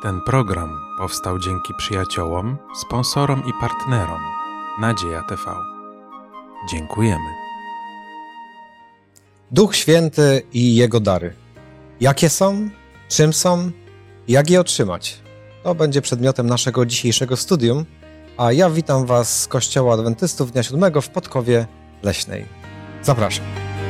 Ten program powstał dzięki przyjaciołom, sponsorom i partnerom Nadzieja TV. Dziękujemy. Duch Święty i Jego dary. Jakie są? Czym są? Jak je otrzymać? To będzie przedmiotem naszego dzisiejszego studium, a ja witam Was z Kościoła Adwentystów Dnia Siódmego w Podkowie Leśnej. Zapraszam.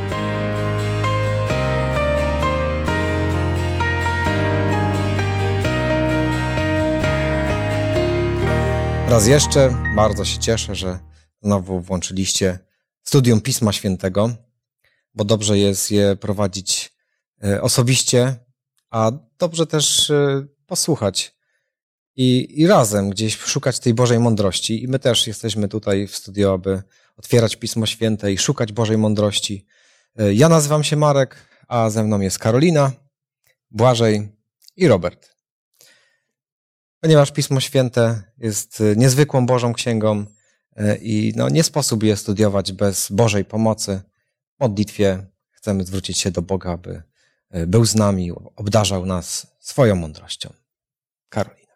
Raz jeszcze bardzo się cieszę, że znowu włączyliście studium Pisma Świętego, bo dobrze jest je prowadzić osobiście, a dobrze też posłuchać i razem gdzieś szukać tej Bożej mądrości. I my też jesteśmy tutaj w studio, aby otwierać Pismo Święte i szukać Bożej mądrości. Ja nazywam się Marek, a ze mną jest Karolina, Błażej i Robert. Ponieważ Pismo Święte jest niezwykłą Bożą księgą i nie sposób je studiować bez Bożej pomocy. W modlitwie chcemy zwrócić się do Boga, aby był z nami, obdarzał nas swoją mądrością. Karolina.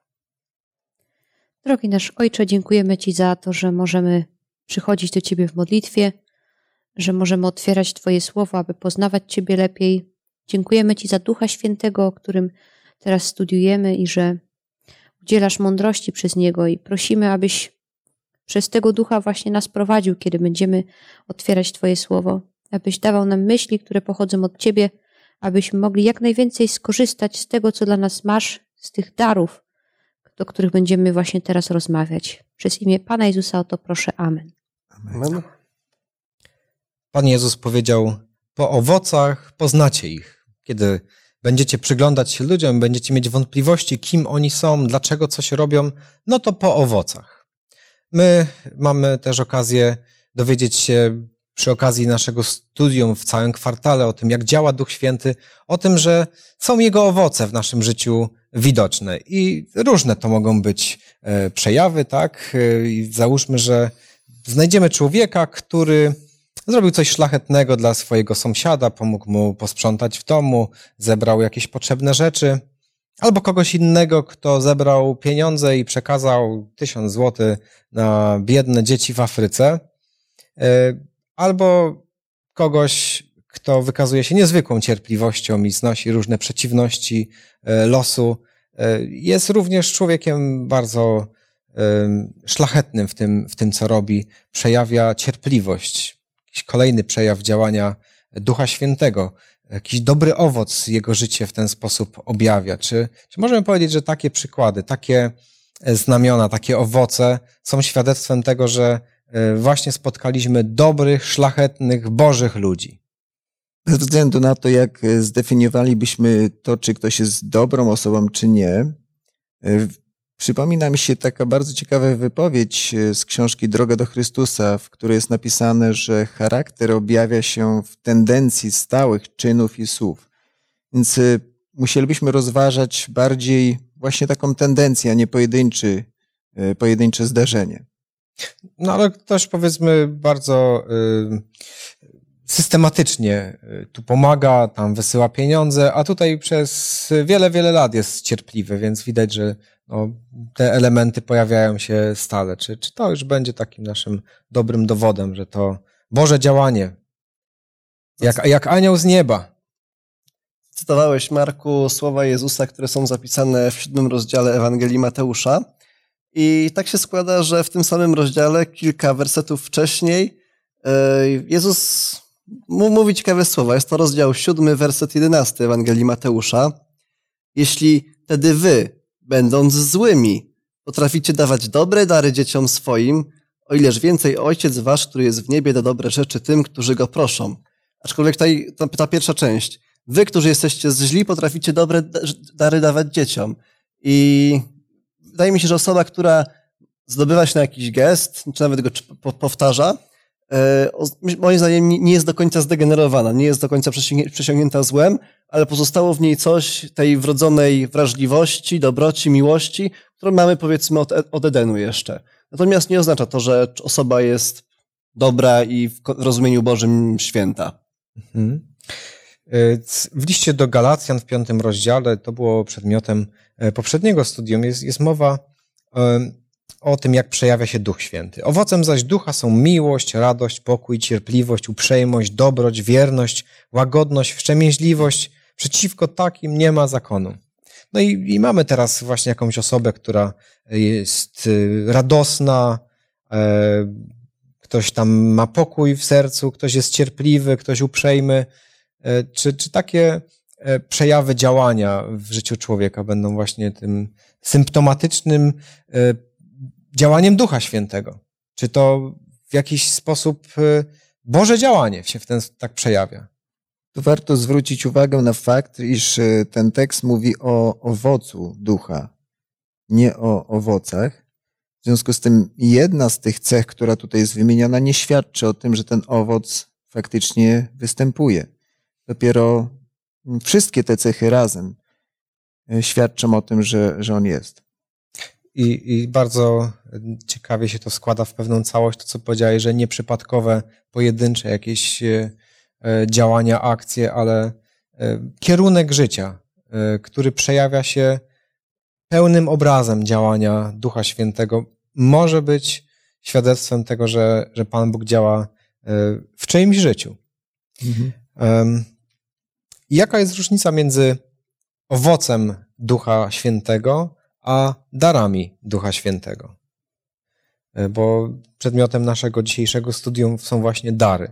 Drogi nasz Ojcze, dziękujemy Ci za to, że możemy przychodzić do Ciebie w modlitwie, że możemy otwierać Twoje słowo, aby poznawać Ciebie lepiej. Dziękujemy Ci za Ducha Świętego, o którym teraz studiujemy i że udzielasz mądrości przez Niego i prosimy, abyś przez tego Ducha właśnie nas prowadził, kiedy będziemy otwierać Twoje słowo, abyś dawał nam myśli, które pochodzą od Ciebie, abyśmy mogli jak najwięcej skorzystać z tego, co dla nas masz, z tych darów, o których będziemy właśnie teraz rozmawiać. Przez imię Pana Jezusa o to proszę. Amen. Amen. Pan Jezus powiedział, po owocach poznacie ich. Kiedy będziecie przyglądać się ludziom, będziecie mieć wątpliwości, kim oni są, dlaczego coś robią, no to po owocach. My mamy też okazję dowiedzieć się przy okazji naszego studium w całym kwartale o tym, jak działa Duch Święty, o tym, że są Jego owoce w naszym życiu widoczne i różne to mogą być przejawy, tak? I załóżmy, że znajdziemy człowieka, który zrobił coś szlachetnego dla swojego sąsiada, pomógł mu posprzątać w domu, zebrał jakieś potrzebne rzeczy, albo kogoś innego, kto zebrał pieniądze i przekazał 1000 złotych na biedne dzieci w Afryce, albo kogoś, kto wykazuje się niezwykłą cierpliwością i znosi różne przeciwności losu. Jest również człowiekiem bardzo szlachetnym w tym, co robi. Przejawia cierpliwość. Jakiś kolejny przejaw działania Ducha Świętego. Jakiś dobry owoc jego życie w ten sposób objawia. Czy możemy powiedzieć, że takie przykłady, takie znamiona, takie owoce są świadectwem tego, że właśnie spotkaliśmy dobrych, szlachetnych, bożych ludzi? Bez względu na to, jak zdefiniowalibyśmy to, czy ktoś jest dobrą osobą, czy nie, przypomina mi się taka bardzo ciekawa wypowiedź z książki Droga do Chrystusa, w której jest napisane, że charakter objawia się w tendencji stałych czynów i słów. Więc musielibyśmy rozważać bardziej właśnie taką tendencję, a nie pojedyncze zdarzenie. No ale ktoś, powiedzmy, bardzo systematycznie tu pomaga, tam wysyła pieniądze, a tutaj przez wiele, wiele lat jest cierpliwy, więc widać, że te elementy pojawiają się stale. Czy to już będzie takim naszym dobrym dowodem, że to Boże działanie, jak anioł z nieba? Cytowałeś, Marku, słowa Jezusa, które są zapisane w 7 rozdziale Ewangelii Mateusza. I tak się składa, że w tym samym rozdziale, kilka wersetów wcześniej, Jezus mówi ciekawe słowa. Jest to rozdział 7, werset 11 Ewangelii Mateusza. Jeśli wtedy wy, będąc złymi, potraficie dawać dobre dary dzieciom swoim, o ileż więcej Ojciec wasz, który jest w niebie, da dobre rzeczy tym, którzy go proszą. Aczkolwiek ta pierwsza część. Wy, którzy jesteście źli, potraficie dobre dary dawać dzieciom. I wydaje mi się, że osoba, która zdobywa się na jakiś gest, czy nawet go powtarza, moim zdaniem nie jest do końca zdegenerowana, nie jest do końca przesiągnięta złem, ale pozostało w niej coś tej wrodzonej wrażliwości, dobroci, miłości, którą mamy, powiedzmy, od Edenu jeszcze. Natomiast nie oznacza to, że osoba jest dobra i w rozumieniu Bożym święta. Mhm. W liście do Galacjan w 5 rozdziale, to było przedmiotem poprzedniego studium, jest mowa o tym, jak przejawia się Duch Święty. Owocem zaś Ducha są miłość, radość, pokój, cierpliwość, uprzejmość, dobroć, wierność, łagodność, wstrzemięźliwość. Przeciwko takim nie ma zakonu. No i mamy teraz właśnie jakąś osobę, która jest radosna, ktoś tam ma pokój w sercu, ktoś jest cierpliwy, ktoś uprzejmy. Czy takie przejawy działania w życiu człowieka będą właśnie tym symptomatycznym działaniem Ducha Świętego? Czy to w jakiś sposób Boże działanie się tak przejawia? Tu warto zwrócić uwagę na fakt, iż ten tekst mówi o owocu ducha, nie o owocach. W związku z tym jedna z tych cech, która tutaj jest wymieniona, nie świadczy o tym, że ten owoc faktycznie występuje. Dopiero wszystkie te cechy razem świadczą o tym, że on jest. I bardzo ciekawie się to składa w pewną całość, to co powiedziałeś, że nieprzypadkowe, pojedyncze jakieś działania, akcje, ale kierunek życia, który przejawia się pełnym obrazem działania Ducha Świętego, może być świadectwem tego, że Pan Bóg działa w czyimś życiu. Mhm. Jaka jest różnica między owocem Ducha Świętego a darami Ducha Świętego? Bo przedmiotem naszego dzisiejszego studium są właśnie dary.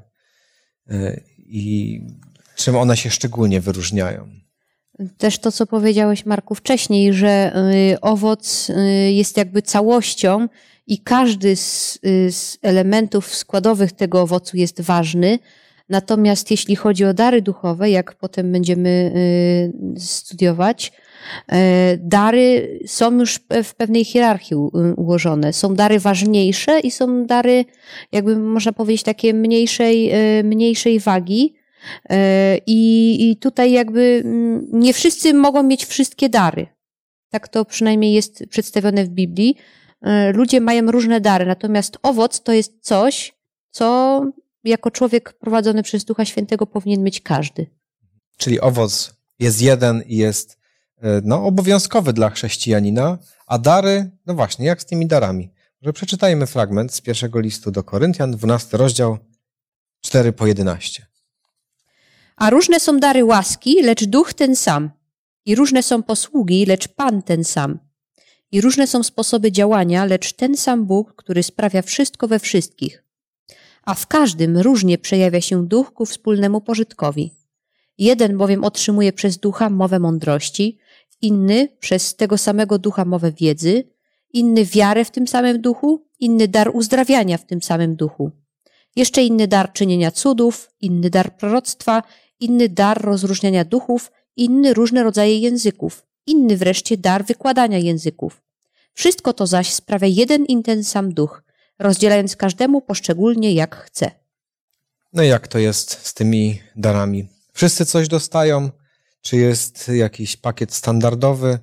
I czym one się szczególnie wyróżniają? Też to, co powiedziałeś, Marku, wcześniej, że owoc jest jakby całością i każdy z elementów składowych tego owocu jest ważny. Natomiast jeśli chodzi o dary duchowe, jak potem będziemy studiować, dary są już w pewnej hierarchii ułożone. Są dary ważniejsze i są dary, jakby można powiedzieć, takie mniejszej wagi. I tutaj jakby nie wszyscy mogą mieć wszystkie dary. Tak to przynajmniej jest przedstawione w Biblii. Ludzie mają różne dary, natomiast owoc to jest coś, co jako człowiek prowadzony przez Ducha Świętego powinien mieć każdy. Czyli owoc jest jeden i jest obowiązkowy dla chrześcijanina, a dary, no właśnie, jak z tymi darami? Może przeczytajmy fragment z 1 listu do Koryntian, 12 rozdział, 4-11. A różne są dary łaski, lecz Duch ten sam. I różne są posługi, lecz Pan ten sam. I różne są sposoby działania, lecz ten sam Bóg, który sprawia wszystko we wszystkich. A w każdym różnie przejawia się Duch ku wspólnemu pożytkowi. Jeden bowiem otrzymuje przez Ducha mowę mądrości, inny przez tego samego Ducha mowę wiedzy, inny wiarę w tym samym Duchu, inny dar uzdrawiania w tym samym Duchu. Jeszcze inny dar czynienia cudów, inny dar proroctwa, inny dar rozróżniania duchów, inny różne rodzaje języków, inny wreszcie dar wykładania języków. Wszystko to zaś sprawia jeden i ten sam Duch, rozdzielając każdemu poszczególnie jak chce. No i jak to jest z tymi darami? Wszyscy coś dostają? Czy jest jakiś pakiet standardowy?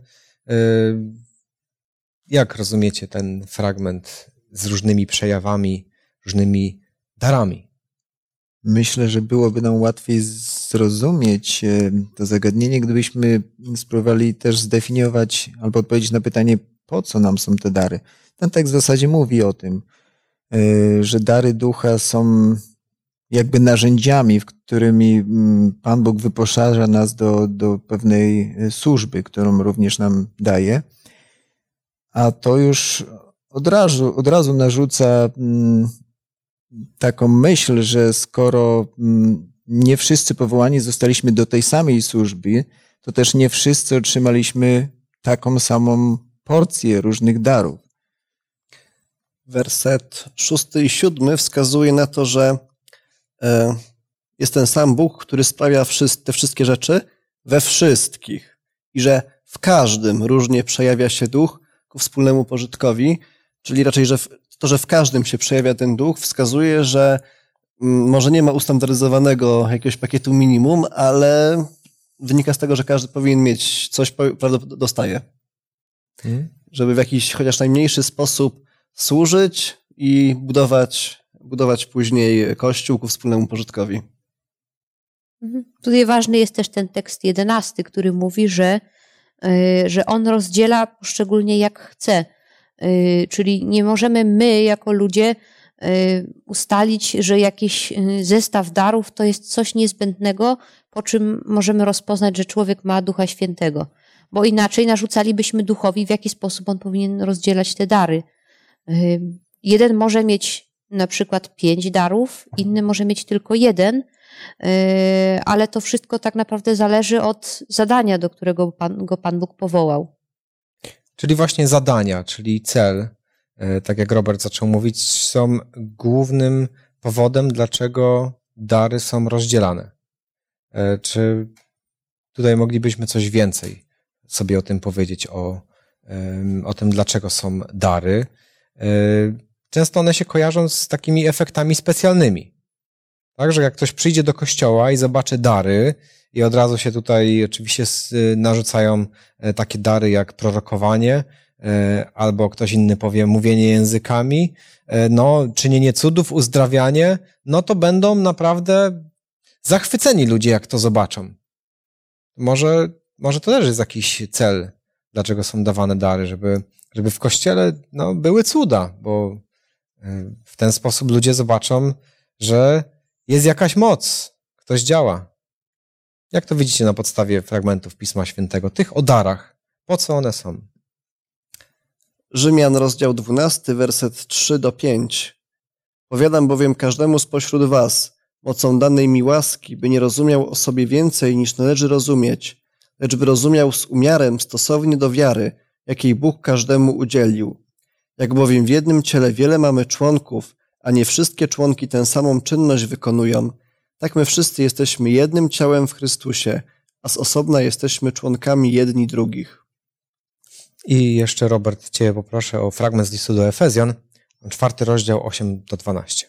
Jak rozumiecie ten fragment z różnymi przejawami, różnymi darami? Myślę, że byłoby nam łatwiej zrozumieć to zagadnienie, gdybyśmy spróbowali też zdefiniować albo odpowiedzieć na pytanie, po co nam są te dary. Ten tekst w zasadzie mówi o tym, że dary ducha są jakby narzędziami, w którymi Pan Bóg wyposaża nas do pewnej służby, którą również nam daje. A to już od razu narzuca taką myśl, że skoro nie wszyscy powołani zostaliśmy do tej samej służby, to też nie wszyscy otrzymaliśmy taką samą porcję różnych darów. Werset 6 i 7 wskazuje na to, że jest ten sam Bóg, który sprawia te wszystkie rzeczy we wszystkich i że w każdym różnie przejawia się Duch ku wspólnemu pożytkowi, czyli raczej, że to, że w każdym się przejawia ten Duch, wskazuje, że może nie ma ustandaryzowanego jakiegoś pakietu minimum, ale wynika z tego, że każdy powinien mieć coś, dostaje. Żeby w jakiś chociaż najmniejszy sposób służyć i budować później Kościół ku wspólnemu pożytkowi. Tutaj ważny jest też ten tekst 11, który mówi, że on rozdziela poszczególnie jak chce. Czyli nie możemy my jako ludzie ustalić, że jakiś zestaw darów to jest coś niezbędnego, po czym możemy rozpoznać, że człowiek ma Ducha Świętego. Bo inaczej narzucalibyśmy duchowi, w jaki sposób on powinien rozdzielać te dary. Jeden może mieć na przykład 5 darów, inny może mieć tylko 1, ale to wszystko tak naprawdę zależy od zadania, do którego go Pan Bóg powołał. Czyli właśnie zadania, czyli cel, tak jak Robert zaczął mówić, są głównym powodem, dlaczego dary są rozdzielane. Czy tutaj moglibyśmy coś więcej sobie o tym powiedzieć, o tym, dlaczego są dary? Często one się kojarzą z takimi efektami specjalnymi. Także jak ktoś przyjdzie do kościoła i zobaczy dary i od razu się tutaj oczywiście narzucają takie dary jak prorokowanie, albo ktoś inny powie mówienie językami, czynienie cudów, uzdrawianie, to będą naprawdę zachwyceni ludzie, jak to zobaczą. Może to też jest jakiś cel, dlaczego są dawane dary, żeby w kościele były cuda, bo w ten sposób ludzie zobaczą, że jest jakaś moc, ktoś działa. Jak to widzicie na podstawie fragmentów Pisma Świętego, tych o darach? Po co one są? Rzymian, rozdział 12, werset 3-5. Powiadam bowiem każdemu spośród was, mocą danej mi łaski, by nie rozumiał o sobie więcej niż należy rozumieć, lecz by rozumiał z umiarem stosownie do wiary, jakiej Bóg każdemu udzielił. Jak bowiem w jednym ciele wiele mamy członków, a nie wszystkie członki tę samą czynność wykonują, tak my wszyscy jesteśmy jednym ciałem w Chrystusie, a z osobna jesteśmy członkami jedni drugich. I jeszcze, Robert, Cię poproszę o fragment z listu do Efezjan, 4 rozdział 8-12.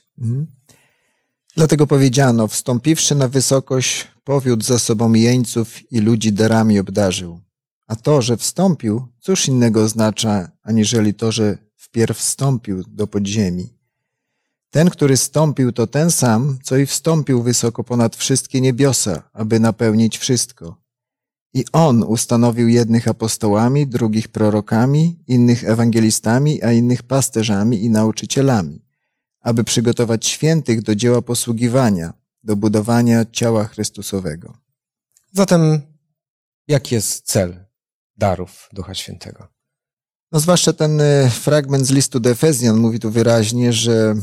Dlatego powiedziano, wstąpiwszy na wysokość, powiódł za sobą jeńców i ludzi darami obdarzył. A to, że wstąpił, cóż innego oznacza, aniżeli to, że wpierw wstąpił do podziemi. Ten, który stąpił, to ten sam, co i wstąpił wysoko ponad wszystkie niebiosa, aby napełnić wszystko. I on ustanowił jednych apostołami, drugich prorokami, innych ewangelistami, a innych pasterzami i nauczycielami, aby przygotować świętych do dzieła posługiwania, do budowania ciała Chrystusowego. Zatem jaki jest cel darów Ducha Świętego? Zwłaszcza ten fragment z listu do Efezjan mówi tu wyraźnie, że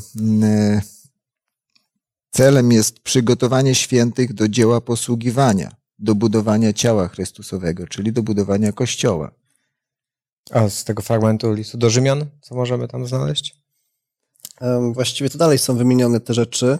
celem jest przygotowanie świętych do dzieła posługiwania, do budowania ciała Chrystusowego, czyli do budowania Kościoła. A z tego fragmentu listu do Rzymian, co możemy tam znaleźć? Właściwie to dalej są wymienione te rzeczy,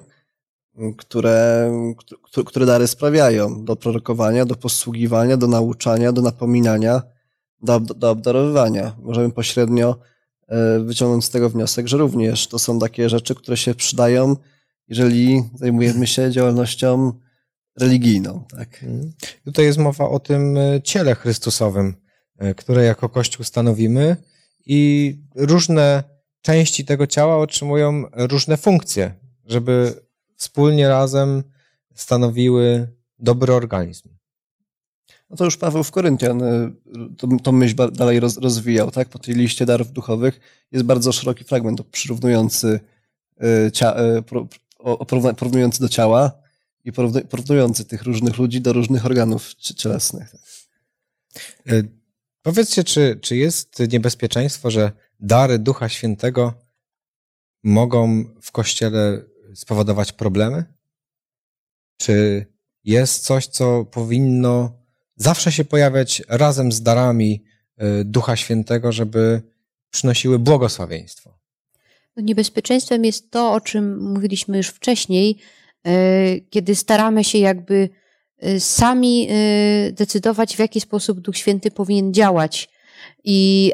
które dary sprawiają. Do prorokowania, do posługiwania, do nauczania, do napominania, do obdarowywania. Możemy pośrednio wyciągnąć z tego wniosek, że również to są takie rzeczy, które się przydają, jeżeli zajmujemy się działalnością religijną. Tak? Tutaj jest mowa o tym ciele Chrystusowym, które jako Kościół stanowimy i różne części tego ciała otrzymują różne funkcje, żeby wspólnie razem stanowiły dobry organizm. No to już Paweł w Koryntian tą myśl dalej rozwijał, tak? Po tej liście darów duchowych jest bardzo szeroki fragment przyrównujący porównujący do ciała i porównujący tych różnych ludzi do różnych organów cielesnych. Powiedzcie, czy jest niebezpieczeństwo, że dary Ducha Świętego mogą w Kościele spowodować problemy? Czy jest coś, co powinno zawsze się pojawiać razem z darami Ducha Świętego, żeby przynosiły błogosławieństwo? Niebezpieczeństwem jest to, o czym mówiliśmy już wcześniej, kiedy staramy się jakby sami decydować, w jaki sposób Duch Święty powinien działać. I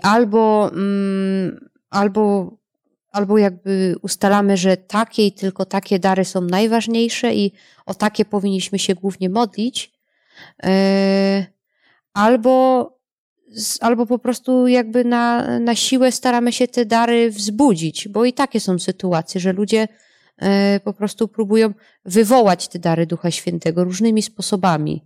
albo jakby ustalamy, że takie i tylko takie dary są najważniejsze i o takie powinniśmy się głównie modlić, albo po prostu jakby na siłę staramy się te dary wzbudzić, bo i takie są sytuacje, że ludzie po prostu próbują wywołać te dary Ducha Świętego różnymi sposobami.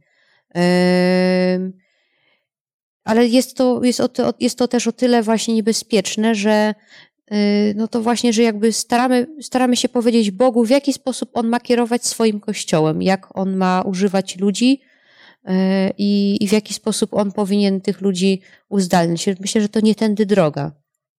Ale jest to też o tyle właśnie niebezpieczne, że no to właśnie, że jakby staramy się powiedzieć Bogu, w jaki sposób On ma kierować swoim Kościołem, jak On ma używać ludzi i w jaki sposób On powinien tych ludzi uzdalniać. Myślę, że to nie tędy droga.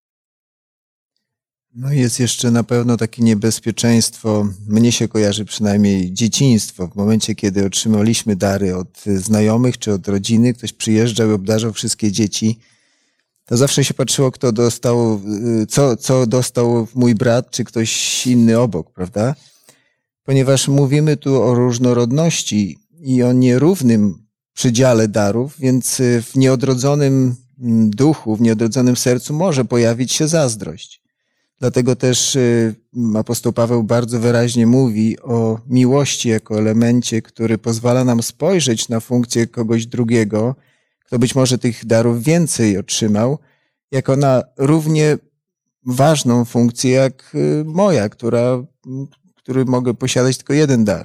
No jest jeszcze na pewno takie niebezpieczeństwo, mnie się kojarzy przynajmniej dzieciństwo. W momencie, kiedy otrzymaliśmy dary od znajomych czy od rodziny, ktoś przyjeżdżał i obdarzał wszystkie dzieci, to zawsze się patrzyło, kto dostał, co dostał mój brat czy ktoś inny obok, prawda? Ponieważ mówimy tu o różnorodności i o nierównym przydziale darów, więc w nieodrodzonym duchu, w nieodrodzonym sercu może pojawić się zazdrość. Dlatego też apostoł Paweł bardzo wyraźnie mówi o miłości jako elemencie, który pozwala nam spojrzeć na funkcję kogoś drugiego, kto być może tych darów więcej otrzymał, jako na równie ważną funkcję jak moja, który mogę posiadać tylko jeden dar.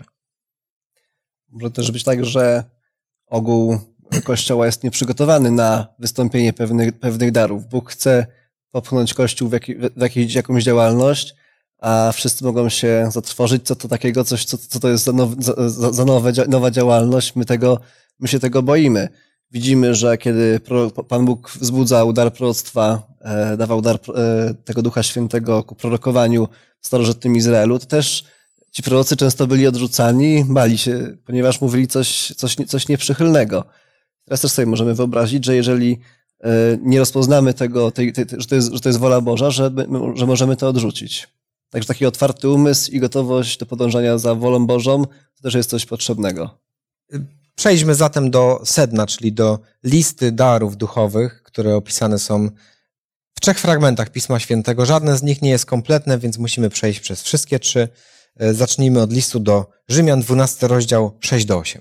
Może też być tak, że ogół Kościoła jest nieprzygotowany na wystąpienie pewnych darów. Bóg chce popchnąć Kościół w jakąś działalność, a wszyscy mogą się zatrwożyć, co to takiego, co to jest za nowa działalność. My się tego boimy. Widzimy, że kiedy Pan Bóg wzbudzał dar proroctwa, dawał dar tego Ducha Świętego ku prorokowaniu w starożytnym Izraelu, to też ci prorocy często byli odrzucani, bali się, ponieważ mówili coś nieprzychylnego. Teraz też sobie możemy wyobrazić, że jeżeli nie rozpoznamy tego, że to jest wola Boża, że możemy to odrzucić. Także taki otwarty umysł i gotowość do podążania za wolą Bożą to też jest coś potrzebnego. Przejdźmy zatem do sedna, czyli do listy darów duchowych, które opisane są w 3 fragmentach Pisma Świętego. Żadne z nich nie jest kompletne, więc musimy przejść przez wszystkie 3. Zacznijmy od listu do Rzymian, 12 rozdział, 6-8.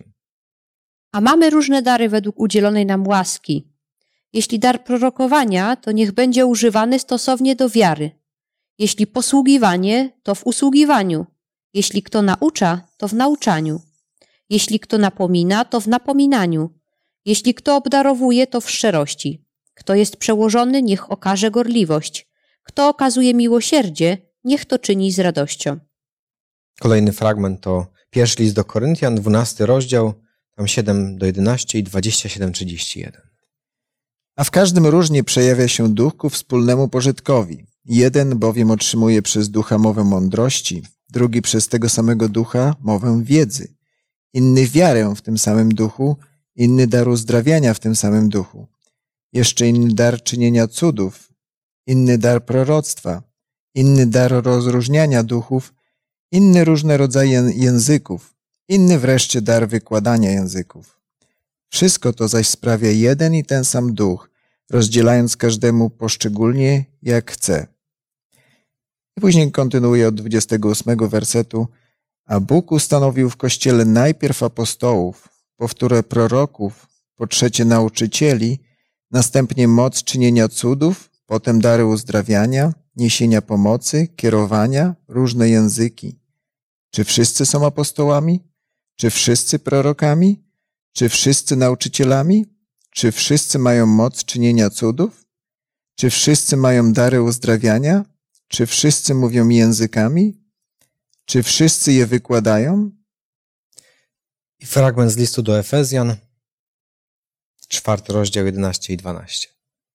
A mamy różne dary według udzielonej nam łaski. Jeśli dar prorokowania, to niech będzie używany stosownie do wiary. Jeśli posługiwanie, to w usługiwaniu. Jeśli kto naucza, to w nauczaniu. Jeśli kto napomina, to w napominaniu. Jeśli kto obdarowuje, to w szczerości. Kto jest przełożony, niech okaże gorliwość. Kto okazuje miłosierdzie, niech to czyni z radością. Kolejny fragment to pierwszy list do Koryntian, 12 rozdział, tam 7-11 i 27-31. A w każdym różnie przejawia się duch ku wspólnemu pożytkowi. Jeden bowiem otrzymuje przez ducha mowę mądrości, drugi przez tego samego ducha mowę wiedzy, inny wiarę w tym samym duchu, inny dar uzdrawiania w tym samym duchu, jeszcze inny dar czynienia cudów, inny dar proroctwa, inny dar rozróżniania duchów, inny różne rodzaje języków, inny wreszcie dar wykładania języków. Wszystko to zaś sprawia jeden i ten sam duch, rozdzielając każdemu poszczególnie jak chce. I później kontynuuje od 28 wersetu. A Bóg ustanowił w Kościele najpierw apostołów, po wtóre proroków, po trzecie nauczycieli, następnie moc czynienia cudów, potem dary uzdrawiania, niesienia pomocy, kierowania, różne języki. Czy wszyscy są apostołami? Czy wszyscy prorokami? Czy wszyscy nauczycielami? Czy wszyscy mają moc czynienia cudów? Czy wszyscy mają dary uzdrawiania? Czy wszyscy mówią językami? Czy wszyscy je wykładają? I fragment z listu do Efezjan, 4 rozdział, 11 i 12.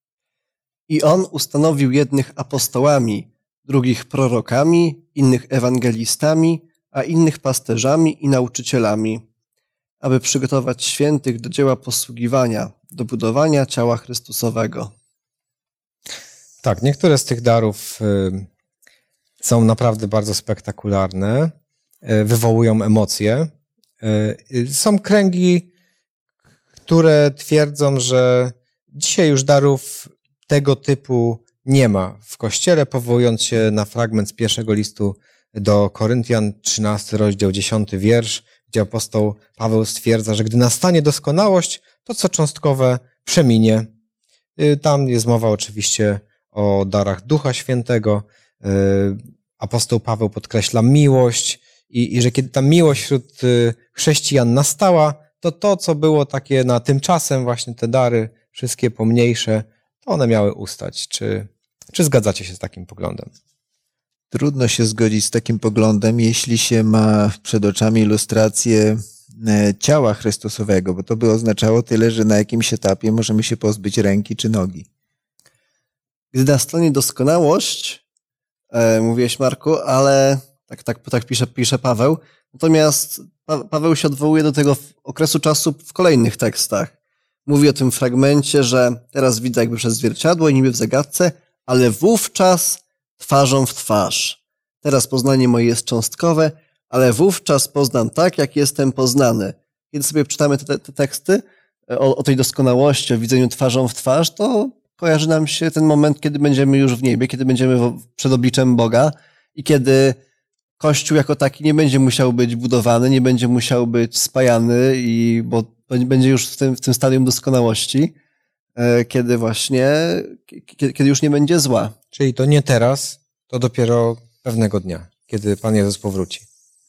I on ustanowił jednych apostołami, drugich prorokami, innych ewangelistami, a innych pasterzami i nauczycielami, aby przygotować świętych do dzieła posługiwania, do budowania ciała Chrystusowego. Tak, niektóre z tych darów są naprawdę bardzo spektakularne, wywołują emocje. Są kręgi, które twierdzą, że dzisiaj już darów tego typu nie ma w Kościele, powołując się na fragment z pierwszego listu do Koryntian, 13 rozdział, 10 wiersz, gdzie apostoł Paweł stwierdza, że gdy nastanie doskonałość, to co cząstkowe przeminie. Tam jest mowa oczywiście o darach Ducha Świętego, apostoł Paweł podkreśla miłość i że kiedy ta miłość wśród chrześcijan nastała, to, co było takie na tymczasem, właśnie te dary, wszystkie pomniejsze, to one miały ustać. Czy zgadzacie się z takim poglądem? Trudno się zgodzić z takim poglądem, jeśli się ma przed oczami ilustrację ciała Chrystusowego, bo to by oznaczało tyle, że na jakimś etapie możemy się pozbyć ręki czy nogi. Gdy nastanie doskonałość, mówiłeś Marku, ale tak pisze Paweł, natomiast Paweł się odwołuje do tego okresu czasu w kolejnych tekstach. Mówi o tym fragmencie, że teraz widzę jakby przez zwierciadło i niby w zagadce, ale wówczas twarzą w twarz. Teraz poznanie moje jest cząstkowe, ale wówczas poznam tak, jak jestem poznany. Kiedy sobie czytamy te teksty o tej doskonałości, o widzeniu twarzą w twarz, to kojarzy nam się ten moment, kiedy będziemy już w niebie, kiedy będziemy przed obliczem Boga i kiedy Kościół jako taki nie będzie musiał być budowany, nie będzie musiał być spajany, bo będzie już w tym stadium doskonałości, kiedy już nie będzie zła. Czyli to nie teraz, to dopiero pewnego dnia, kiedy Pan Jezus powróci.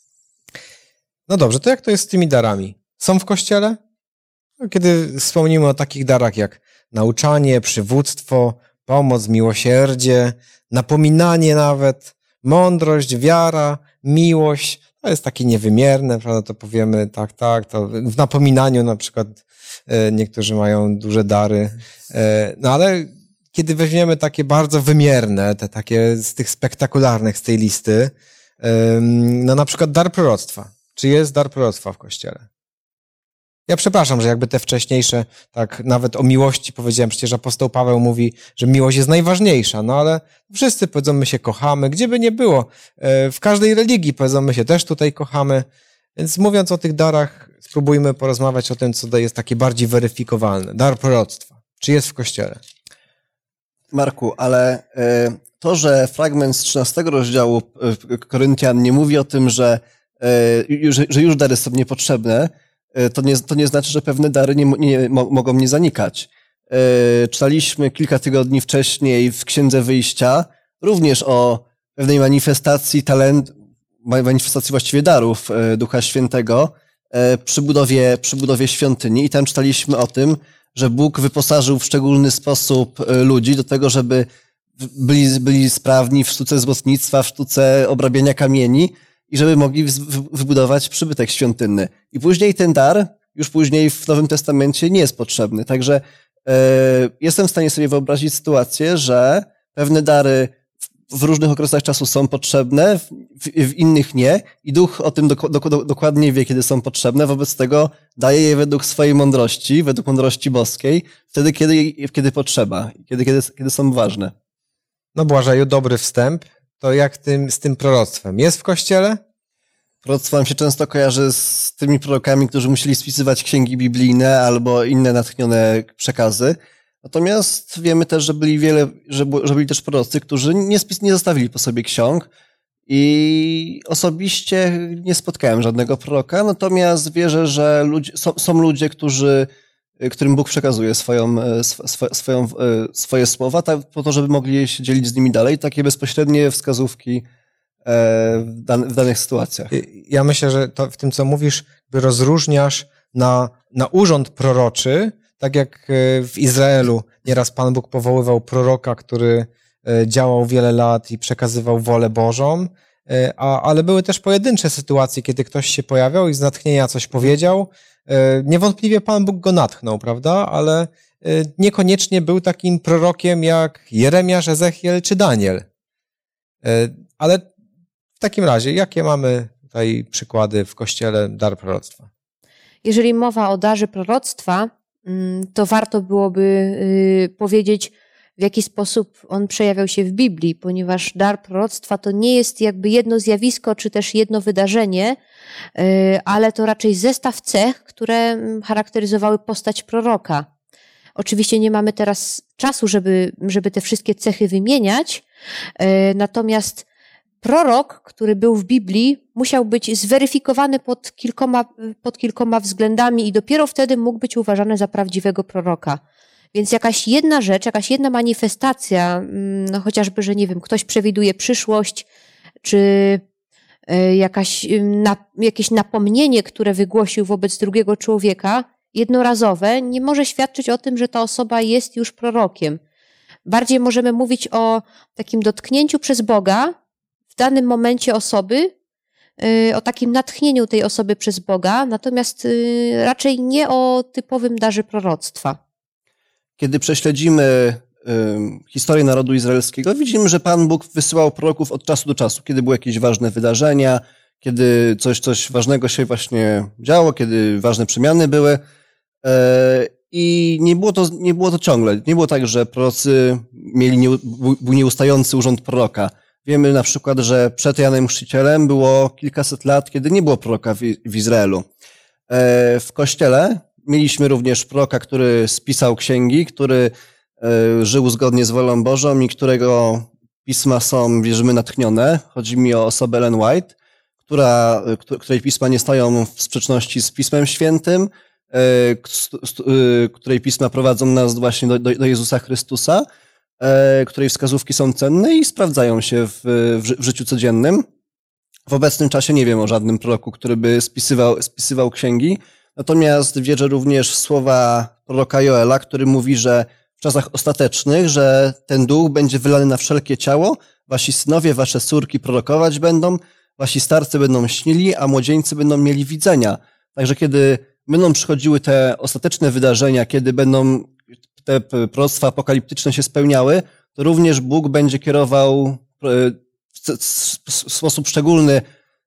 No dobrze, to jak to jest z tymi darami? Są w Kościele? Kiedy wspomnimy o takich darach jak nauczanie, przywództwo, pomoc, miłosierdzie, napominanie nawet, mądrość, wiara, miłość, to jest takie niewymierne, prawda, to powiemy tak, to w napominaniu na przykład niektórzy mają duże dary, no ale kiedy weźmiemy takie bardzo wymierne, te takie z tych spektakularnych z tej listy, no na przykład dar proroctwa. Czy jest dar proroctwa w Kościele? Ja przepraszam, że jakby te wcześniejsze, tak nawet o miłości powiedziałem, przecież apostoł Paweł mówi, że miłość jest najważniejsza, no ale wszyscy powiedzą, my się kochamy, gdzie by nie było. W każdej religii powiedzą, my się też tutaj kochamy. Więc mówiąc o tych darach, spróbujmy porozmawiać o tym, co jest takie bardziej weryfikowalne. Dar proroctwa. Czy jest w Kościele? Marku, ale to, że fragment z 13 rozdziału Koryntian nie mówi o tym, że już dary są niepotrzebne, to nie znaczy, że pewne dary mogą nie zanikać. Czytaliśmy kilka tygodni wcześniej w Księdze Wyjścia również o pewnej manifestacji manifestacji właściwie darów Ducha Świętego przy budowie świątyni i tam czytaliśmy o tym, że Bóg wyposażył w szczególny sposób ludzi do tego, żeby byli sprawni w sztuce złotnictwa, w sztuce obrabiania kamieni i żeby mogli wybudować przybytek świątynny. I później ten dar, już później w Nowym Testamencie nie jest potrzebny. Także jestem w stanie sobie wyobrazić sytuację, że pewne dary w różnych okresach czasu są potrzebne, w innych nie i Duch o tym dokładnie wie, kiedy są potrzebne, wobec tego daje je według swojej mądrości, według mądrości boskiej, wtedy, kiedy potrzeba, kiedy są ważne. No Błażeju, dobry wstęp. To jak z tym proroctwem? Jest w Kościele? Proroctwo nam się często kojarzy z tymi prorokami, którzy musieli spisywać księgi biblijne albo inne natchnione przekazy. Natomiast wiemy też, że byli też prorocy, którzy nie zostawili po sobie ksiąg i osobiście nie spotkałem żadnego proroka, natomiast wierzę, że są ludzie, którym Bóg przekazuje swoje słowa, po to, żeby mogli się dzielić z nimi dalej, takie bezpośrednie wskazówki w danych sytuacjach. Ja myślę, że w tym, co mówisz, rozróżniasz na urząd proroczy, tak jak w Izraelu nieraz Pan Bóg powoływał proroka, który działał wiele lat i przekazywał wolę Bożą, ale były też pojedyncze sytuacje, kiedy ktoś się pojawiał i z natchnienia coś powiedział. Niewątpliwie Pan Bóg go natchnął, prawda? Ale niekoniecznie był takim prorokiem jak Jeremiasz, Ezechiel czy Daniel. Ale w takim razie, jakie mamy tutaj przykłady w Kościele dar proroctwa? Jeżeli mowa o darze proroctwa, to warto byłoby powiedzieć, w jaki sposób on przejawiał się w Biblii, ponieważ dar proroctwa to nie jest jakby jedno zjawisko, czy też jedno wydarzenie, ale to raczej zestaw cech, które charakteryzowały postać proroka. Oczywiście nie mamy teraz czasu, żeby te wszystkie cechy wymieniać, natomiast prorok, który był w Biblii, musiał być zweryfikowany pod kilkoma względami i dopiero wtedy mógł być uważany za prawdziwego proroka. Więc jakaś jedna rzecz, jakaś jedna manifestacja, no chociażby, że nie wiem, ktoś przewiduje przyszłość, czy jakieś napomnienie, które wygłosił wobec drugiego człowieka, jednorazowe, nie może świadczyć o tym, że ta osoba jest już prorokiem. Bardziej możemy mówić o takim dotknięciu przez Boga w danym momencie osoby, o takim natchnieniu tej osoby przez Boga, natomiast raczej nie o typowym darze proroctwa. Kiedy prześledzimy historię narodu izraelskiego, widzimy, że Pan Bóg wysyłał proroków od czasu do czasu, kiedy były jakieś ważne wydarzenia, kiedy coś ważnego się właśnie działo, kiedy ważne przemiany były. I nie było to ciągle. Nie było tak, że prorocy był nieustający urząd proroka. Wiemy na przykład, że przed Janem Chrzcicielem było kilkaset lat, kiedy nie było proroka w Izraelu. W Kościele mieliśmy również proroka, który spisał księgi, który żył zgodnie z wolą Bożą i którego pisma są, wierzymy, natchnione. Chodzi mi o osobę Ellen White, której pisma nie stoją w sprzeczności z Pismem Świętym, której pisma prowadzą nas właśnie do Jezusa Chrystusa, której wskazówki są cenne i sprawdzają się w życiu codziennym. W obecnym czasie nie wiem o żadnym proroku, który by spisywał księgi, natomiast wierzę również w słowa proroka Joela, który mówi, że w czasach ostatecznych, że ten duch będzie wylany na wszelkie ciało, wasi synowie, wasze córki prorokować będą, wasi starcy będą śnili, a młodzieńcy będą mieli widzenia. Także kiedy będą przychodziły te ostateczne wydarzenia, kiedy będą te proroctwa apokaliptyczne się spełniały, to również Bóg będzie kierował w sposób szczególny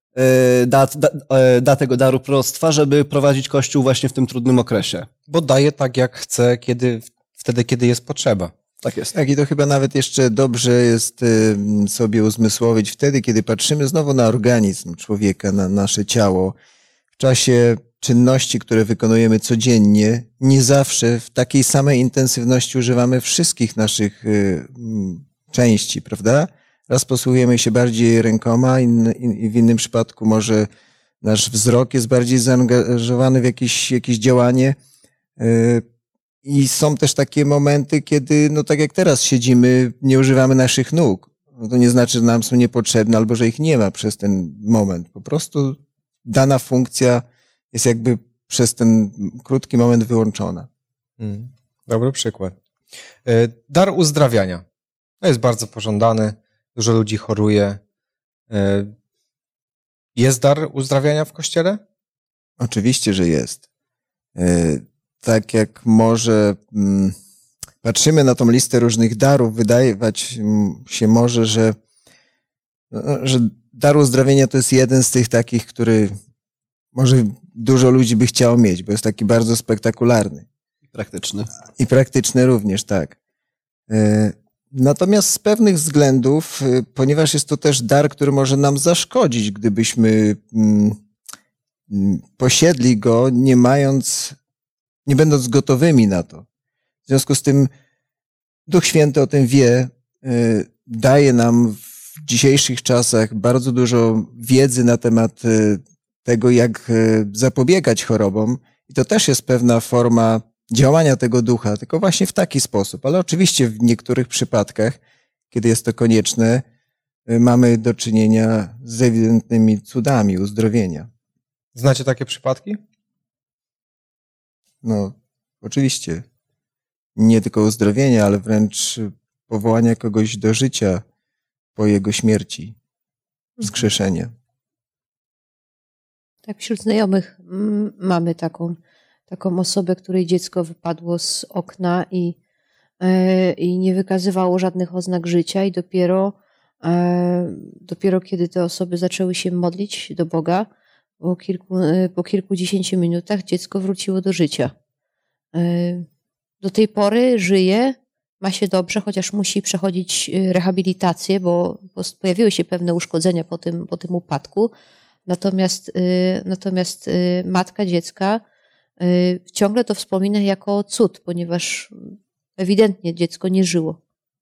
tego daru proroctwa, żeby prowadzić Kościół właśnie w tym trudnym okresie. Bo daje tak, jak chce, wtedy, kiedy jest potrzeba. Tak jest. Tak, i to chyba nawet jeszcze dobrze jest sobie uzmysłowić wtedy, kiedy patrzymy znowu na organizm człowieka, na nasze ciało. W czasie czynności, które wykonujemy codziennie, nie zawsze w takiej samej intensywności używamy wszystkich naszych części, prawda? Raz posługujemy się bardziej rękoma, w innym przypadku może nasz wzrok jest bardziej zaangażowany w jakieś działanie. I są też takie momenty, kiedy, no tak jak teraz siedzimy, nie używamy naszych nóg. No to nie znaczy, że nam są niepotrzebne albo że ich nie ma przez ten moment. Po prostu dana funkcja jest jakby przez ten krótki moment wyłączona. Dobry przykład. Dar uzdrawiania. To jest bardzo pożądany. Dużo ludzi choruje. Jest dar uzdrawiania w Kościele? Oczywiście, że jest. Tak jak może patrzymy na tą listę różnych darów, wydawać się może, że dar uzdrawienia to jest jeden z tych takich, który może dużo ludzi by chciało mieć, bo jest taki bardzo spektakularny. Praktyczny. I praktyczny również, tak. Natomiast z pewnych względów, ponieważ jest to też dar, który może nam zaszkodzić, gdybyśmy posiedli go, nie będąc gotowymi na to. W związku z tym Duch Święty o tym wie, daje nam w dzisiejszych czasach bardzo dużo wiedzy na temat tego, jak zapobiegać chorobom. I to też jest pewna forma działania tego ducha, tylko właśnie w taki sposób. Ale oczywiście w niektórych przypadkach, kiedy jest to konieczne, mamy do czynienia z ewidentnymi cudami uzdrowienia. Znacie takie przypadki? No, oczywiście. Nie tylko uzdrowienia, ale wręcz powołania kogoś do życia po jego śmierci, wskrzeszenia. Tak, wśród znajomych mamy taką osobę, której dziecko wypadło z okna i nie wykazywało żadnych oznak życia i dopiero kiedy te osoby zaczęły się modlić do Boga, po kilkudziesięciu minutach dziecko wróciło do życia. Do tej pory żyje, ma się dobrze, chociaż musi przechodzić rehabilitację, bo pojawiły się pewne uszkodzenia po tym upadku. Natomiast matka dziecka ciągle to wspomina jako cud, ponieważ ewidentnie dziecko nie żyło.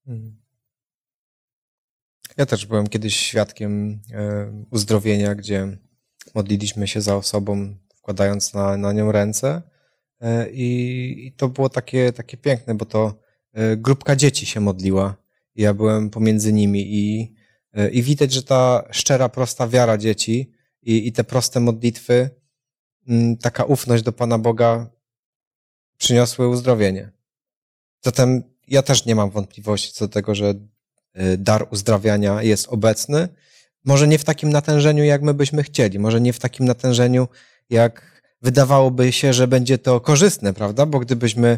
Ja też byłem kiedyś świadkiem uzdrowienia, gdzie modliliśmy się za osobą, wkładając na nią ręce i to było takie piękne, bo to grupka dzieci się modliła i ja byłem pomiędzy nimi i I widać, że ta szczera, prosta wiara dzieci i te proste modlitwy, taka ufność do Pana Boga przyniosły uzdrowienie. Zatem ja też nie mam wątpliwości co do tego, że dar uzdrawiania jest obecny. Może nie w takim natężeniu, jak my byśmy chcieli. Może nie w takim natężeniu, jak wydawałoby się, że będzie to korzystne, prawda? Bo gdybyśmy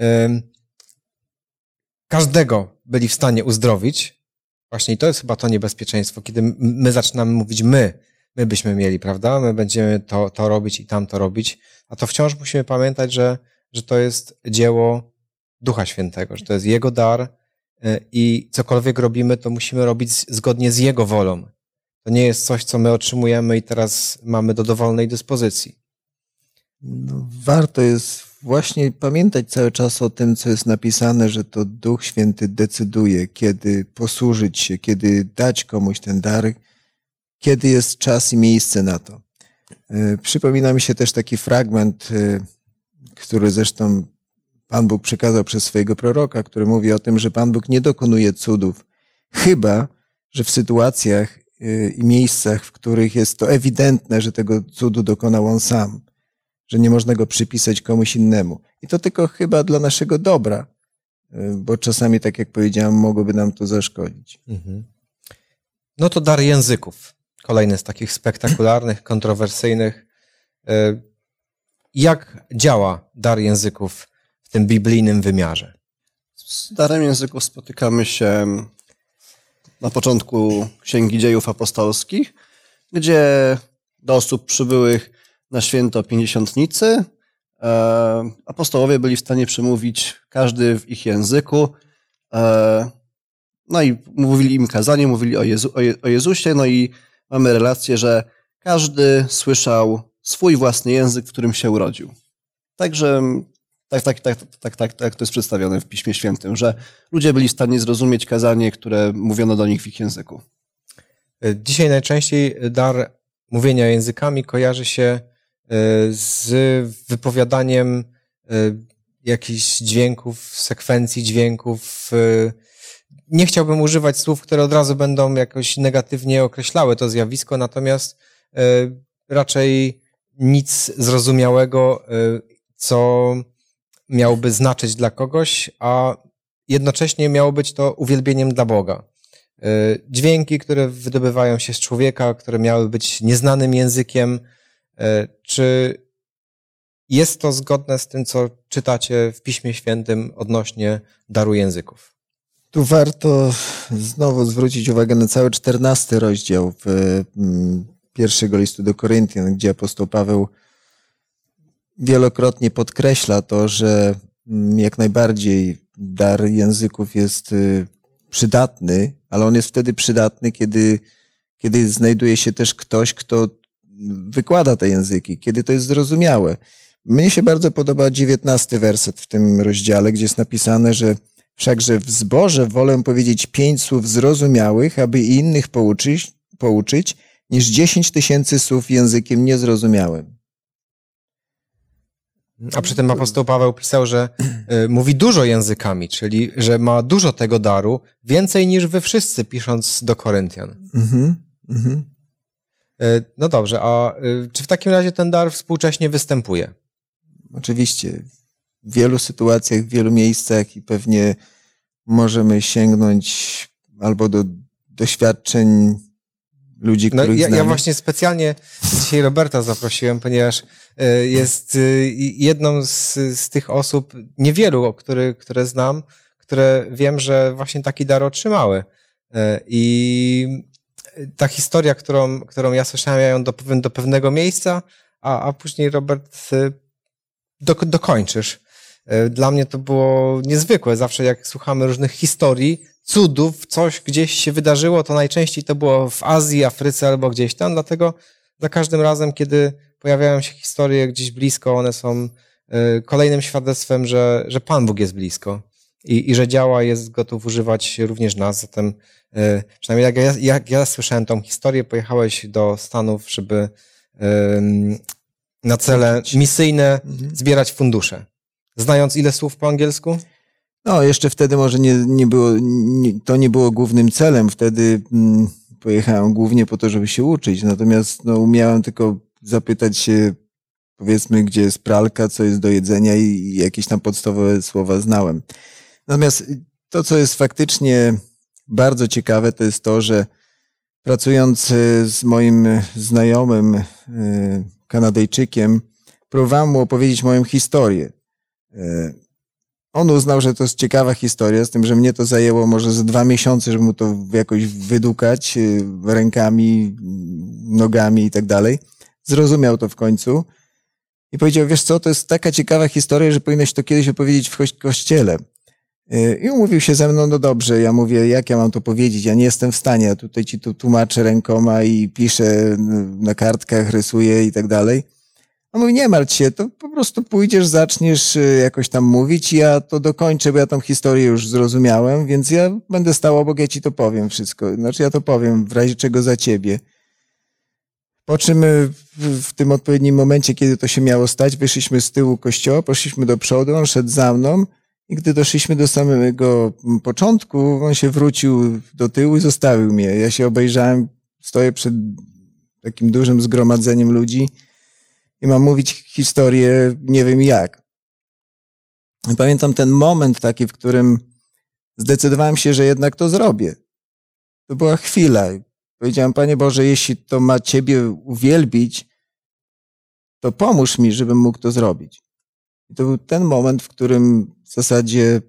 każdego byli w stanie uzdrowić, właśnie i to jest chyba to niebezpieczeństwo, kiedy my zaczynamy mówić my byśmy mieli, prawda? My będziemy to robić i tamto robić, a to wciąż musimy pamiętać, że to jest dzieło Ducha Świętego, że to jest Jego dar i cokolwiek robimy, to musimy robić zgodnie z Jego wolą. To nie jest coś, co my otrzymujemy i teraz mamy do dowolnej dyspozycji. No, warto jest właśnie pamiętać cały czas o tym, co jest napisane, że to Duch Święty decyduje, kiedy posłużyć się, kiedy dać komuś ten dar, kiedy jest czas i miejsce na to. Przypomina mi się też taki fragment, który zresztą Pan Bóg przekazał przez swojego proroka, który mówi o tym, że Pan Bóg nie dokonuje cudów, chyba że w sytuacjach i miejscach, w których jest to ewidentne, że tego cudu dokonał On sam, że nie można go przypisać komuś innemu. I to tylko chyba dla naszego dobra, bo czasami, tak jak powiedziałem, mogłoby nam to zaszkodzić. No to dar języków. Kolejny z takich spektakularnych, kontrowersyjnych. Jak działa dar języków w tym biblijnym wymiarze? Z darem języków spotykamy się na początku Księgi Dziejów Apostolskich, gdzie do osób przybyłych na święto Pięćdziesiątnicy apostołowie byli w stanie przemówić każdy w ich języku. No i mówili im kazanie, mówili o Jezusie, no i mamy relację, że każdy słyszał swój własny język, w którym się urodził. Także tak to jest przedstawione w Piśmie Świętym, że ludzie byli w stanie zrozumieć kazanie, które mówiono do nich w ich języku. Dzisiaj najczęściej dar mówienia językami kojarzy się z wypowiadaniem jakichś dźwięków, sekwencji dźwięków. Nie chciałbym używać słów, które od razu będą jakoś negatywnie określały to zjawisko, natomiast raczej nic zrozumiałego, co miałoby znaczyć dla kogoś, a jednocześnie miało być to uwielbieniem dla Boga. Dźwięki, które wydobywają się z człowieka, które miały być nieznanym językiem. Czy jest to zgodne z tym, co czytacie w Piśmie Świętym odnośnie daru języków? Tu warto znowu zwrócić uwagę na cały 14 rozdział pierwszego listu do Koryntian, gdzie apostoł Paweł wielokrotnie podkreśla to, że jak najbardziej dar języków jest przydatny, ale on jest wtedy przydatny, kiedy znajduje się też ktoś, kto wykłada te języki, kiedy to jest zrozumiałe. Mnie się bardzo podoba 19 werset w tym rozdziale, gdzie jest napisane, że wszakże w zborze wolę powiedzieć 5 słów zrozumiałych, aby i innych pouczyć, niż 10 000 słów językiem niezrozumiałym. A przy tym apostoł Paweł pisał, że mówi dużo językami, czyli że ma dużo tego daru, więcej niż wy wszyscy, pisząc do Koryntian. No dobrze, a czy w takim razie ten dar współcześnie występuje? Oczywiście. W wielu sytuacjach, w wielu miejscach i pewnie możemy sięgnąć albo do doświadczeń ludzi, których znamy. Ja właśnie specjalnie dzisiaj Roberta zaprosiłem, ponieważ jest jedną z tych osób, niewielu, które znam, które wiem, że właśnie taki dar otrzymały. I ta historia, którą ja słyszałem, ja ją dopowiem do pewnego miejsca, a później Robert dokończysz. Dla mnie to było niezwykłe. Zawsze jak słuchamy różnych historii, cudów, coś gdzieś się wydarzyło, to najczęściej to było w Azji, Afryce albo gdzieś tam. Dlatego za każdym razem, kiedy pojawiają się historie gdzieś blisko, one są kolejnym świadectwem, że Pan Bóg jest blisko i że działa, jest gotów używać również nas. Zatem przynajmniej jak ja słyszałem tą historię, pojechałeś do Stanów, żeby na cele misyjne zbierać fundusze. Znając ile słów po angielsku? No, jeszcze wtedy może to nie było głównym celem. Wtedy pojechałem głównie po to, żeby się uczyć, natomiast umiałem tylko zapytać się, powiedzmy, gdzie jest pralka, co jest do jedzenia i jakieś tam podstawowe słowa znałem. Natomiast to, co jest faktycznie bardzo ciekawe, to jest to, że pracując z moim znajomym Kanadyjczykiem, próbowałem mu opowiedzieć moją historię. On uznał, że to jest ciekawa historia, z tym, że mnie to zajęło może ze 2 miesiące, żeby mu to jakoś wydukać rękami, nogami i tak dalej. Zrozumiał to w końcu i powiedział, wiesz co, to jest taka ciekawa historia, że powinieneś to kiedyś opowiedzieć w kościele. I umówił się ze mną, no dobrze, ja mówię, jak ja mam to powiedzieć, ja nie jestem w stanie, ja tutaj ci tu tłumaczę rękoma i piszę na kartkach, rysuję i tak dalej. On mówi, nie martw się, to po prostu pójdziesz, zaczniesz jakoś tam mówić i ja to dokończę, bo ja tą historię już zrozumiałem, więc ja będę stał obok, ja ci to powiem wszystko. Znaczy ja to powiem w razie czego za ciebie. Po czym w tym odpowiednim momencie, kiedy to się miało stać, wyszliśmy z tyłu kościoła, poszliśmy do przodu, on szedł za mną i gdy doszliśmy do samego początku, on się wrócił do tyłu i zostawił mnie. Ja się obejrzałem, stoję przed takim dużym zgromadzeniem ludzi i mam mówić historię nie wiem jak. Pamiętam ten moment taki, w którym zdecydowałem się, że jednak to zrobię. To była chwila. Powiedziałem, Panie Boże, jeśli to ma Ciebie uwielbić, to pomóż mi, żebym mógł to zrobić. I to był ten moment, w którym w zasadzie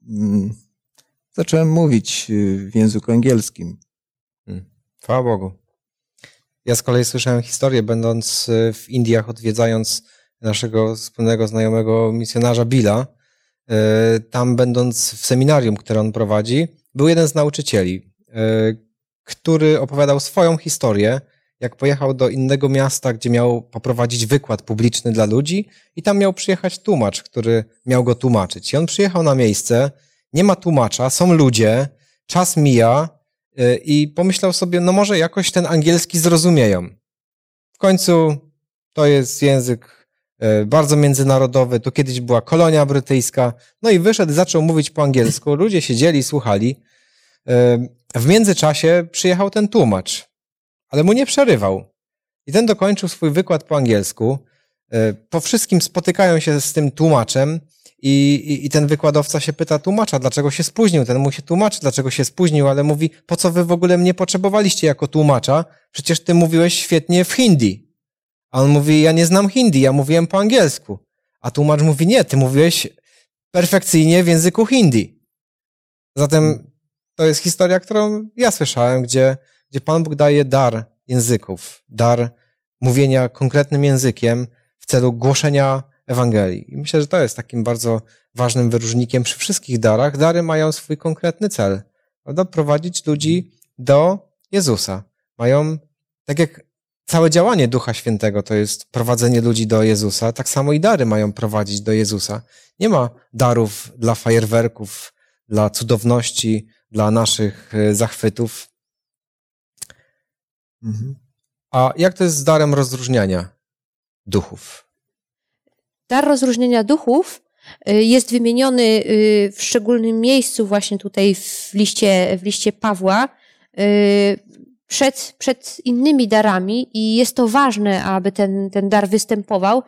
zacząłem mówić w języku angielskim. Chwała Bogu. Ja z kolei słyszałem historię, będąc w Indiach, odwiedzając naszego wspólnego znajomego misjonarza Billa. Tam będąc w seminarium, które on prowadzi, był jeden z nauczycieli, który opowiadał swoją historię, jak pojechał do innego miasta, gdzie miał poprowadzić wykład publiczny dla ludzi i tam miał przyjechać tłumacz, który miał go tłumaczyć. I on przyjechał na miejsce, nie ma tłumacza, są ludzie, czas mija i pomyślał sobie, no może jakoś ten angielski zrozumieją. W końcu to jest język bardzo międzynarodowy, to kiedyś była kolonia brytyjska, no i wyszedł, zaczął mówić po angielsku, ludzie siedzieli, słuchali. W międzyczasie przyjechał ten tłumacz, ale mu nie przerywał. I ten dokończył swój wykład po angielsku. Po wszystkim spotykają się z tym tłumaczem i ten wykładowca się pyta tłumacza, dlaczego się spóźnił. Ten mu się tłumaczy, dlaczego się spóźnił, ale mówi, po co wy w ogóle mnie potrzebowaliście jako tłumacza? Przecież ty mówiłeś świetnie w hindi. A on mówi, ja nie znam hindi, ja mówiłem po angielsku. A tłumacz mówi, nie, ty mówiłeś perfekcyjnie w języku hindi. Zatem to jest historia, którą ja słyszałem, gdzie Pan Bóg daje dar języków, dar mówienia konkretnym językiem w celu głoszenia Ewangelii. I myślę, że to jest takim bardzo ważnym wyróżnikiem przy wszystkich darach. Dary mają swój konkretny cel, prawda? Prowadzić ludzi do Jezusa. Mają, tak jak całe działanie Ducha Świętego to jest prowadzenie ludzi do Jezusa, tak samo i dary mają prowadzić do Jezusa. Nie ma darów dla fajerwerków, dla cudowności, dla naszych zachwytów. A jak to jest z darem rozróżniania duchów? Dar rozróżnienia duchów jest wymieniony w szczególnym miejscu właśnie tutaj w liście Pawła przed innymi darami i jest to ważne, aby ten dar występował,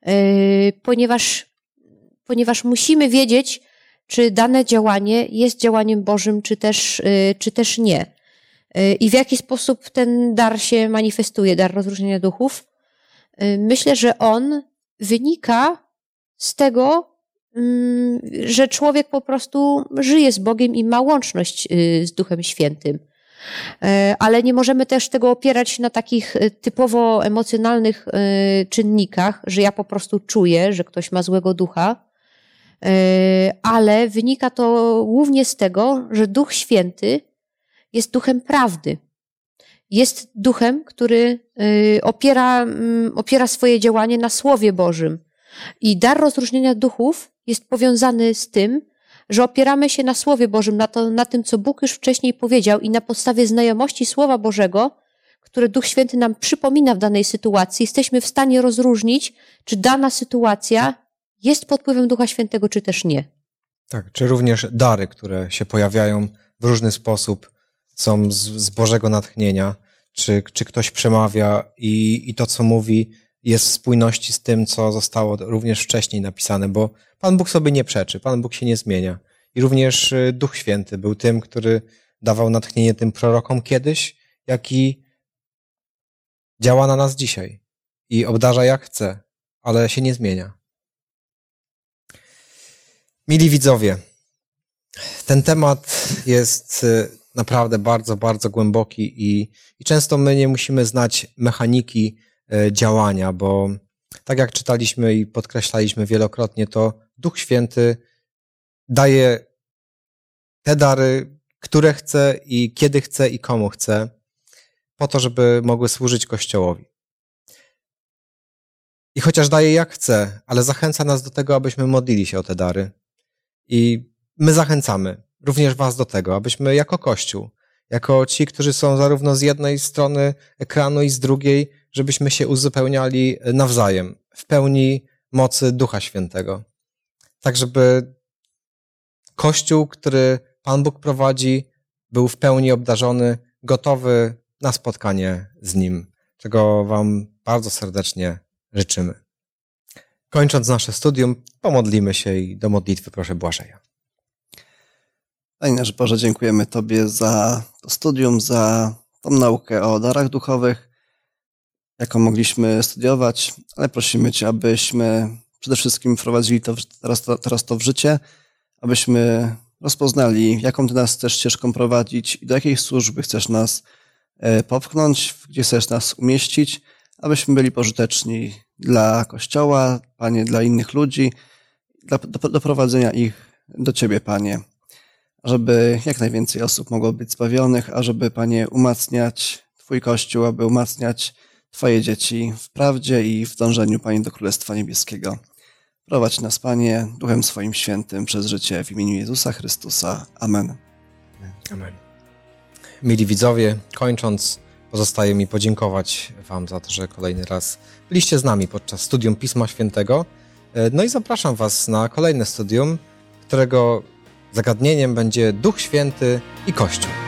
ponieważ musimy wiedzieć, czy dane działanie jest działaniem Bożym, czy też nie. I w jaki sposób ten dar się manifestuje, dar rozróżnienia duchów? Myślę, że on wynika z tego, że człowiek po prostu żyje z Bogiem i ma łączność z Duchem Świętym. Ale nie możemy też tego opierać na takich typowo emocjonalnych czynnikach, że ja po prostu czuję, że ktoś ma złego ducha, ale wynika to głównie z tego, że Duch Święty jest duchem prawdy. Jest duchem, który opiera swoje działanie na Słowie Bożym. I dar rozróżnienia duchów jest powiązany z tym, że opieramy się na Słowie Bożym, na tym, co Bóg już wcześniej powiedział i na podstawie znajomości Słowa Bożego, które Duch Święty nam przypomina w danej sytuacji, jesteśmy w stanie rozróżnić, czy dana sytuacja jest pod wpływem Ducha Świętego, czy też nie. Tak, czy również dary, które się pojawiają w różny sposób są z Bożego natchnienia, czy ktoś przemawia i to, co mówi, jest w spójności z tym, co zostało również wcześniej napisane, bo Pan Bóg sobie nie przeczy, Pan Bóg się nie zmienia. I również Duch Święty był tym, który dawał natchnienie tym prorokom kiedyś, jak i działa na nas dzisiaj i obdarza jak chce, ale się nie zmienia. Mili widzowie, ten temat jest naprawdę bardzo, bardzo głęboki i często my nie musimy znać mechaniki działania, bo tak jak czytaliśmy i podkreślaliśmy wielokrotnie, to Duch Święty daje te dary, które chce i kiedy chce i komu chce, po to, żeby mogły służyć Kościołowi. I chociaż daje jak chce, ale zachęca nas do tego, abyśmy modlili się o te dary. I my zachęcamy również was do tego, abyśmy jako Kościół, jako ci, którzy są zarówno z jednej strony ekranu i z drugiej, żebyśmy się uzupełniali nawzajem w pełni mocy Ducha Świętego. Tak, żeby Kościół, który Pan Bóg prowadzi, był w pełni obdarzony, gotowy na spotkanie z Nim, czego wam bardzo serdecznie życzymy. Kończąc nasze studium, pomodlimy się i do modlitwy proszę Błażeja. Panie nasz Boże, dziękujemy Tobie za to studium, za tą naukę o darach duchowych, jaką mogliśmy studiować, ale prosimy Cię, abyśmy przede wszystkim wprowadzili to teraz to w życie, abyśmy rozpoznali, jaką Ty nas chcesz ścieżką prowadzić i do jakiej służby chcesz nas popchnąć, gdzie chcesz nas umieścić, abyśmy byli pożyteczni dla Kościoła, Panie, dla innych ludzi, do prowadzenia ich do Ciebie, Panie. Żeby jak najwięcej osób mogło być zbawionych, a żeby, Panie, umacniać Twój Kościół, aby umacniać Twoje dzieci w prawdzie i w dążeniu, Panie, do Królestwa Niebieskiego. Prowadź nas, Panie, Duchem Swoim Świętym przez życie w imieniu Jezusa Chrystusa. Amen. Amen. Mili widzowie, kończąc, pozostaje mi podziękować wam za to, że kolejny raz byliście z nami podczas studium Pisma Świętego. No i zapraszam was na kolejne studium, którego zagadnieniem będzie Duch Święty i Kościół.